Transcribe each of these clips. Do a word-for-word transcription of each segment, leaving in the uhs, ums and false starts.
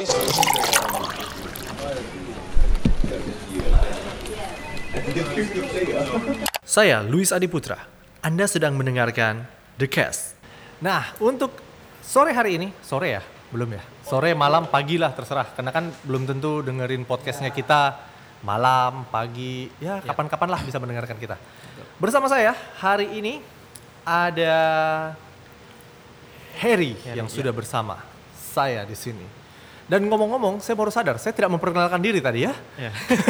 Saya Luis Adiputra. Anda sedang mendengarkan The Cast. Nah, untuk sore hari ini, sore ya? Belum ya? Sore, malam, pagi lah terserah. Karena kan belum tentu dengerin podcastnya kita malam, pagi, ya kapan-kapan lah bisa mendengarkan kita. Bersama saya hari ini ada Harry, Harry yang ya. sudah bersama saya di sini. Dan ngomong-ngomong, saya baru sadar, saya tidak memperkenalkan diri tadi ya. ya.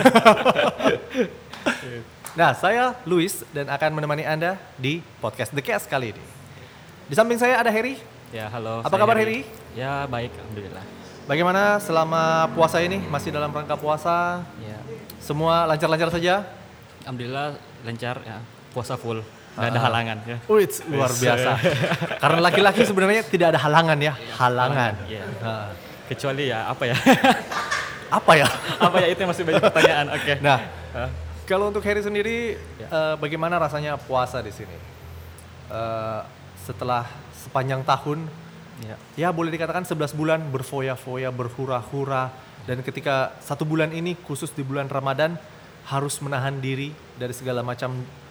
Nah, saya Luis dan akan menemani Anda di podcast The Cast kali ini. Di samping saya ada Harry. Ya, halo. Apa kabar Harry? Harry? Ya, baik, alhamdulillah. Bagaimana selama puasa ini? Masih dalam rangka puasa? Ya. Semua lancar-lancar saja? Alhamdulillah lancar ya. Puasa full. Nggak ada halangan ya. Wih, luar biasa. Karena laki-laki sebenarnya tidak ada halangan ya. Halangan. Ya. Nah. Kecuali ya apa ya? Apa ya? Apa ya, itu masih banyak pertanyaan. Oke. Okay. Nah, huh? Kalau untuk Harry sendiri, ya. uh, bagaimana rasanya puasa di sini? Uh, setelah sepanjang tahun, ya. ya boleh dikatakan sebelas bulan berfoya-foya, berhura-hura, dan ketika satu bulan ini khusus di bulan Ramadan harus menahan diri dari segala macam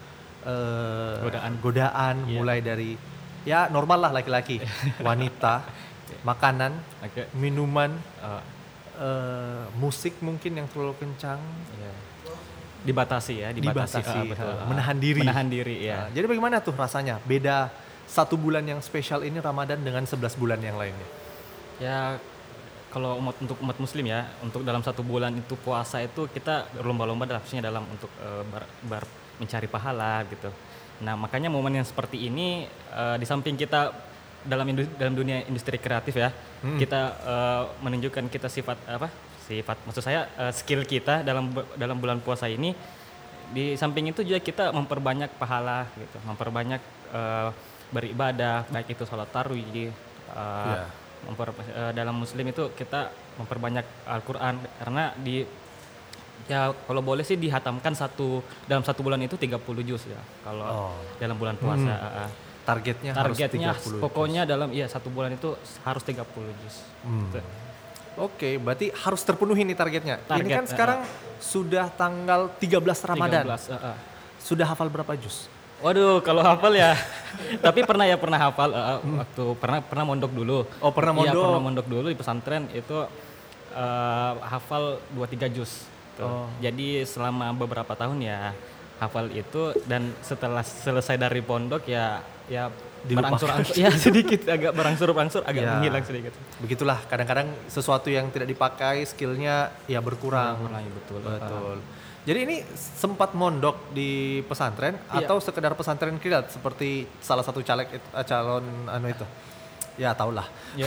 uh, godaan, godaan ya. Mulai dari ya normal lah laki-laki, wanita, makanan, okay. minuman, uh, uh, musik mungkin yang terlalu kencang. Ya. Dibatasi ya, dibatasi, dibatasi uh, betul. Uh, menahan diri. Menahan diri ya. Nah, jadi bagaimana tuh rasanya? Beda satu bulan yang spesial ini Ramadan dengan sebelas bulan yang lainnya. Ya kalau umat, untuk umat muslim ya, untuk dalam satu bulan itu puasa itu kita berlomba-lomba dalamnya dalam untuk uh, bar, bar, mencari pahala gitu. Nah, makanya momen yang seperti ini uh, di samping kita dalam industri, dalam dunia industri kreatif ya, hmm. kita uh, menunjukkan kita sifat apa? sifat maksud saya uh, skill kita dalam dalam bulan puasa ini. Di samping itu juga kita memperbanyak pahala gitu, memperbanyak uh, beribadah, baik itu sholat tarawih, uh, yeah. memper, uh, dalam muslim itu kita memperbanyak Al-Quran karena di ya kalau boleh sih dihatamkan satu dalam satu bulan itu tiga puluh juz ya kalau oh. dalam bulan puasa. Hmm. Uh, targetnya targetnya harus tiga puluh pokoknya juz. Dalam iya satu bulan itu harus tiga puluh juz. Hmm. Gitu. Oke, berarti harus terpenuhi nih targetnya. Target, ini kan uh, sekarang uh, sudah tanggal tiga belas Ramadan. tiga belas, uh, uh. Sudah hafal berapa juz? Waduh, kalau hafal ya. Tapi pernah ya pernah hafal uh, hmm. waktu pernah pernah mondok dulu. Oh, pernah mondok. Iya, pernah mondok dulu di pesantren itu uh, hafal dua tiga juz. Oh. Jadi selama beberapa tahun ya hafal itu, dan setelah selesai dari pondok ya ya berangsur-angsur ya sedikit agak berangsur-angsur agak ya, menghilang sedikit. Begitulah kadang-kadang sesuatu yang tidak dipakai skillnya ya berkurang. Berkurang, betul. Betul. Jadi ini sempat mondok di pesantren iya. atau sekedar pesantren kilat seperti salah satu caleg calon anu itu. Ya tahulah. Ya.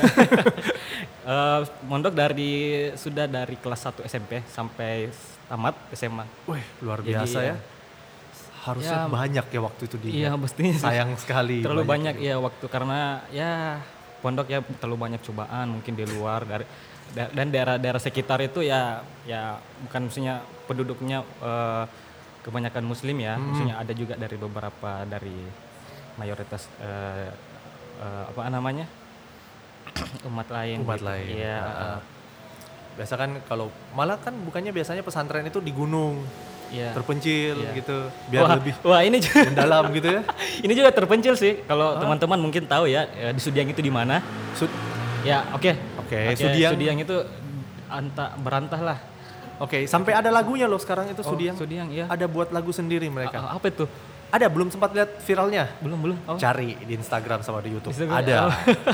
uh, mondok dari sudah dari kelas satu S M P sampai tamat S M A. Wih, luar biasa. Jadi, ya. Harusnya ya, banyak ya waktu itu di. Iya, mestinya sayang sekali. Terlalu banyak, banyak ya waktu karena ya pondok ya terlalu banyak cobaan mungkin di luar dari dan daerah-daerah sekitar itu ya ya bukan maksudnya penduduknya uh, kebanyakan muslim ya, hmm. maksudnya ada juga dari beberapa dari mayoritas uh, uh, apa namanya? umat lain. Umat gitu. lain. Iya. Uh, biasa kan kalau malah kan bukannya biasanya pesantren itu di gunung. Ya. Terpencil ya. Gitu biar wah, lebih wah ini juga mendalam gitu ya. Ini juga terpencil sih kalau oh. teman-teman mungkin tahu ya di Sudiang itu di mana. Sud ya oke okay. oke okay. okay. Sudiang Sudiang itu anta berantah lah. Oke okay. Sampai ada lagunya loh sekarang itu. Oh, Sudiang Sudiang ya ada buat lagu sendiri mereka. A- apa itu? Ada, belum sempat lihat viralnya? Belum belum oh. Cari di Instagram sama di YouTube Instagram, ada. Oh.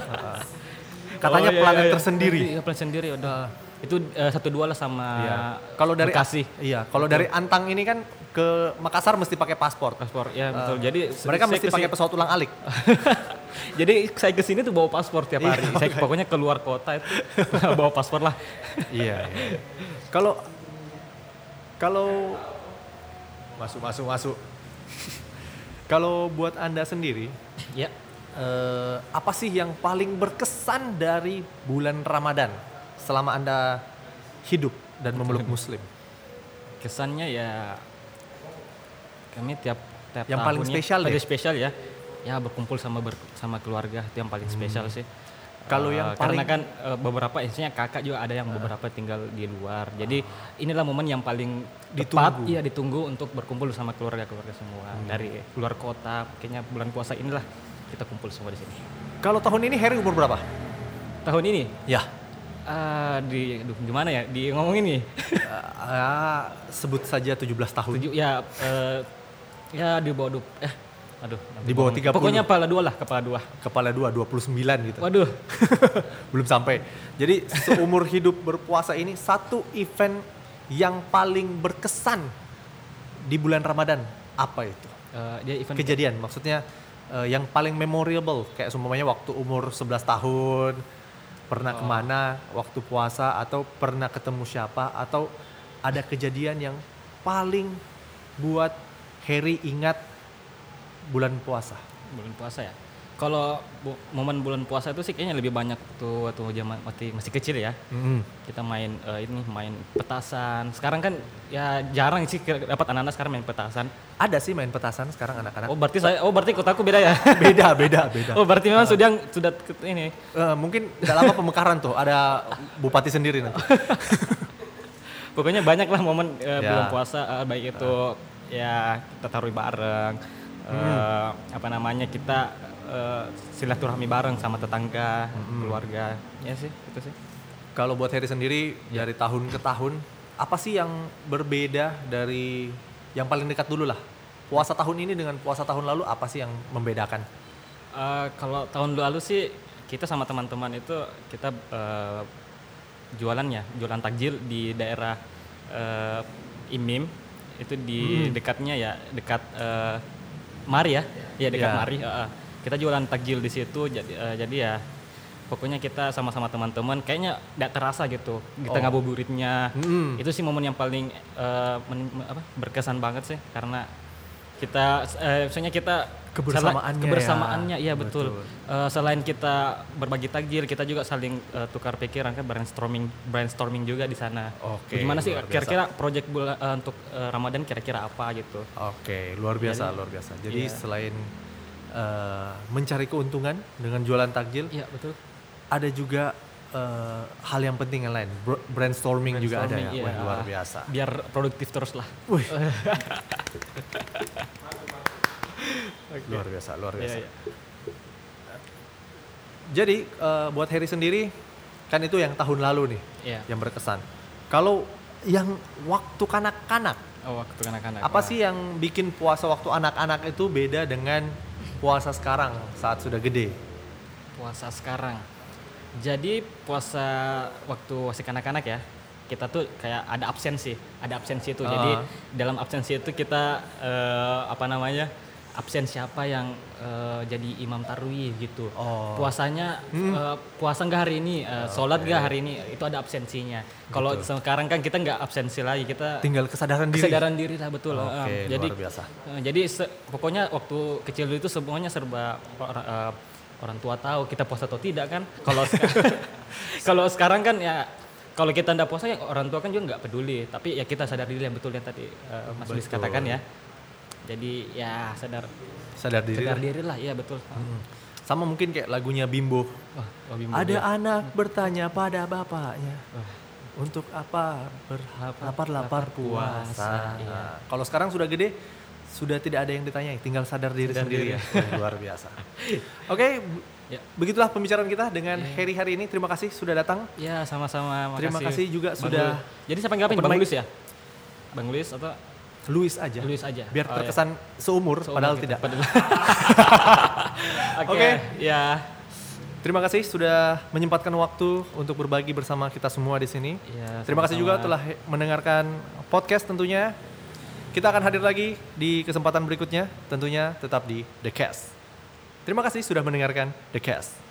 Katanya oh, iya, planet iya, iya. tersendiri. Iya, planet sendiri udah. Itu uh, satu dua lah sama iya. Kalau dari Bekasi. Iya, kalau dari Antang ini kan ke Makassar mesti pakai paspor. Paspor, ya betul. Uh, Jadi mereka mesti pakai pesawat ulang alik. Jadi saya kesini tuh bawa paspor tiap hari. Iya, saya okay. pokoknya keluar kota itu bawa paspor lah. Iya. iya. Kalau kalau masuk masuk masuk. Kalau buat Anda sendiri, ya eh, apa sih yang paling berkesan dari bulan Ramadan selama Anda hidup dan memeluk Muslim? Kesannya ya kami tiap tiap yang paling spesial paling deh. spesial ya, ya berkumpul sama ber, sama keluarga itu yang paling spesial hmm. sih. Kalau Uh, yang karena paling kan uh, beberapa isinya kakak juga ada yang beberapa tinggal di luar. Jadi inilah momen yang paling tepat, Ditunggu. iya ditunggu untuk berkumpul sama keluarga-keluarga semua dari luar kota. Kayaknya bulan puasa inilah kita kumpul semua di sini. kalau tahun ini Harry umur berapa? Tahun ini Ya. uh, di aduh, gimana ya di ngomongin nih. Uh, sebut saja tujuh belas tahun. Tujuh ya uh, ya di bawah du- eh aduh Di bawah tiga puluh. Pokoknya kepala dua lah, kepala dua. Kepala dua, dua puluh sembilan gitu. Waduh. Belum sampai. Jadi seumur hidup berpuasa ini satu event yang paling berkesan di bulan Ramadan apa itu? Uh, dia event Kejadian maksudnya uh, yang paling memorable kayak seumpamanya waktu umur sebelas tahun pernah Oh. kemana waktu puasa atau pernah ketemu siapa atau ada kejadian yang paling buat Harry ingat bulan puasa. bulan puasa ya. Kalau bu- momen bulan puasa itu sih kayaknya lebih banyak tuh waktu zaman masih masih kecil ya. Mm-hmm. Kita main eh, ini main petasan. Sekarang kan ya jarang sih ke- dapat anak-anak sekarang main petasan. Ada sih main petasan sekarang anak-anak. Oh berarti saya oh berarti kotaku beda ya. Beda, beda, beda. Oh berarti memang sudah sudah ke- ini. Eh, mungkin tidak lama pemekaran tuh ada bupati sendiri nanti. Pokoknya banyak lah momen eh, Ya. bulan puasa eh, baik itu ya kita taruh bareng eh, apa namanya kita eh, silaturahmi bareng sama tetangga, keluarga. Ya sih, itu sih. Kalau buat Harry sendiri dari tahun ke tahun apa sih yang berbeda dari yang paling dekat dulu lah? Puasa tahun ini dengan puasa tahun lalu apa sih yang membedakan? Eh, kalau tahun lalu sih kita sama teman-teman itu kita eh, jualannya, jualan takjil di daerah eh, Imim itu di dekatnya ya dekat eh, Mari ya, ya dekat Ya. Mari. eh, eh. Kita jualan takjil di situ jadi eh, jadi ya pokoknya kita sama-sama teman-teman kayaknya tidak terasa gitu kita Oh. ngabuburitnya. Mm. Itu sih momen yang paling eh, men- apa, berkesan banget sih karena kita eh, misalnya kita Kebersamaannya sela- kebersamaannya ya. iya betul, Betul. Eh, selain kita berbagi takjil kita juga saling eh, tukar pikiran kan brainstorming brainstorming juga di sana. Oke, Gimana sih luar biasa. kira-kira project bula- eh, untuk eh, Ramadan kira-kira apa gitu. Oke, luar biasa, Jadi, luar biasa. Jadi iya. selain eh, mencari keuntungan dengan jualan takjil, Iya betul. ada juga eh, hal yang penting yang lain. Bro- Brainstorming, juga ada ya. Brainstorming, Wah, iya. luar biasa. Biar produktif terus lah. Wih. Luar biasa, luar biasa. Iya, iya. Jadi eh, buat Harry sendiri kan itu yang tahun lalu nih Iya. yang berkesan. Kalau yang waktu kanak-kanak, Oh waktu kanak-kanak. apa Wah. sih yang bikin puasa waktu anak-anak itu beda dengan puasa sekarang saat sudah gede? Puasa sekarang. Jadi puasa waktu masih kanak-kanak ya, kita tuh kayak ada absensi, ada absensi itu. Jadi Ah. dalam absensi itu kita eh, apa namanya? Absen siapa yang eh, jadi imam tarawih gitu. Oh. Puasanya eh, puasa nggak hari ini, eh, sholat nggak hari ini, itu ada absensinya. Kalau sekarang kan kita nggak absensi lagi, kita Tinggal kesadaran diri. kesadaran diri lah betul. Oke, Eh, jadi luar biasa. eh, jadi se- pokoknya waktu kecil dulu itu semuanya serba or- eh, orang tua tahu kita puasa atau tidak kan. Kalau seka- kalau sekarang kan ya kalau kita ndak puasa ya orang tua kan juga nggak peduli. Tapi ya kita sadar diri yang betul yang tadi eh, Mas Luis Betul. katakan ya. Jadi ya sadar Sadar diri. sadar lah. diri lah, iya betul. Sama mungkin kayak lagunya Bimbo. Wah, oh, Bimbo Ada dia. anak bertanya pada bapaknya, Wah. untuk apa berlapar-lapar puasa. puasa, iya. Nah, kalau sekarang sudah gede, sudah tidak ada yang ditanyai, tinggal sadar diri Sadar sendiri diri. ya. Wah, luar biasa. Oke, bu- Ya. begitulah pembicaraan kita dengan Harry hari ini. Terima kasih sudah datang. Ya sama-sama. Terima kasih juga Bang sudah Luis. Jadi sampai ngapain open Bang mic. Luis ya? Bang Luis atau Luis aja. Luis aja. Biar Oh, ya. terkesan seumur, Seumur padahal kita. tidak. Padahal- Oke. Oke. Ya. Terima kasih sudah menyempatkan waktu untuk berbagi bersama kita semua di sini. Ya, Terima kasih juga sama-sama. telah he- mendengarkan podcast tentunya. Kita akan hadir lagi di kesempatan berikutnya, tentunya tetap di The Cast. Terima kasih sudah mendengarkan The Cast.